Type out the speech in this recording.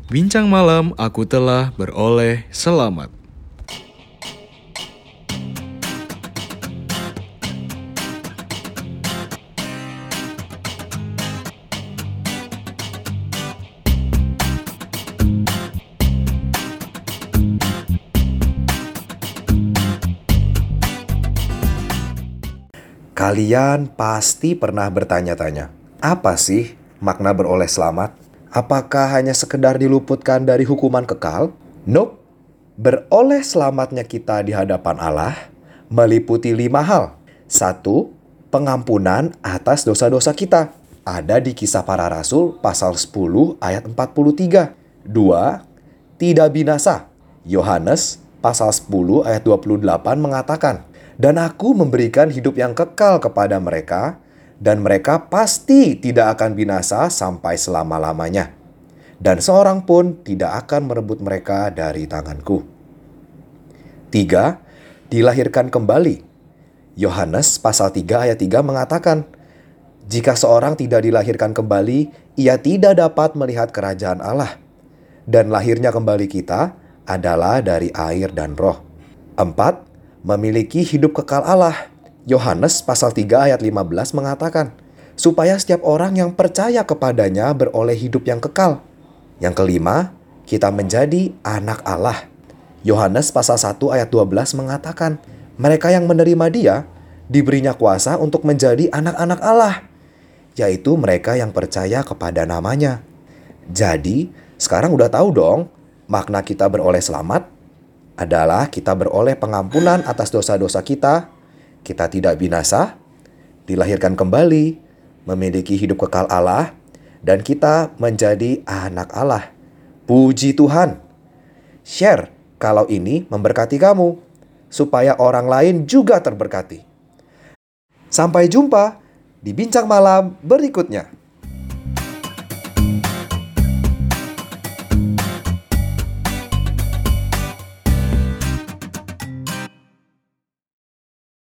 Bincang malam aku telah beroleh selamat. Kalian pasti pernah bertanya-tanya, apa sih makna beroleh selamat? Apakah hanya sekedar diluputkan dari hukuman kekal? Nope. Beroleh selamatnya kita di hadapan Allah meliputi 5 hal. 1. Pengampunan atas dosa-dosa kita. Ada di Kisah Para Rasul pasal 10 ayat 43. 2. Tidak binasa. Yohanes pasal 10 ayat 28 mengatakan, "Dan aku memberikan hidup yang kekal kepada mereka, dan mereka pasti tidak akan binasa sampai selama-lamanya. Dan seorang pun tidak akan merebut mereka dari tanganku." 3. Dilahirkan kembali. Yohanes pasal 3 ayat 3 mengatakan, "Jika seorang tidak dilahirkan kembali, ia tidak dapat melihat kerajaan Allah." Dan lahirnya kembali kita adalah dari air dan roh. 4. Memiliki hidup kekal Allah. Yohanes pasal 3 ayat 15 mengatakan, supaya setiap orang yang percaya kepadanya beroleh hidup yang kekal. Yang kelima, kita menjadi anak Allah. Yohanes pasal 1 ayat 12 mengatakan, mereka yang menerima Dia diberinya kuasa untuk menjadi anak-anak Allah, yaitu mereka yang percaya kepada namanya. Jadi, sekarang udah tahu dong, makna kita beroleh selamat adalah kita beroleh pengampunan atas dosa-dosa kita tidak binasa, dilahirkan kembali, memiliki hidup kekal Allah, dan kita menjadi anak Allah. Puji Tuhan. Share kalau ini memberkati kamu, supaya orang lain juga terberkati. Sampai jumpa di Bincang Malam berikutnya.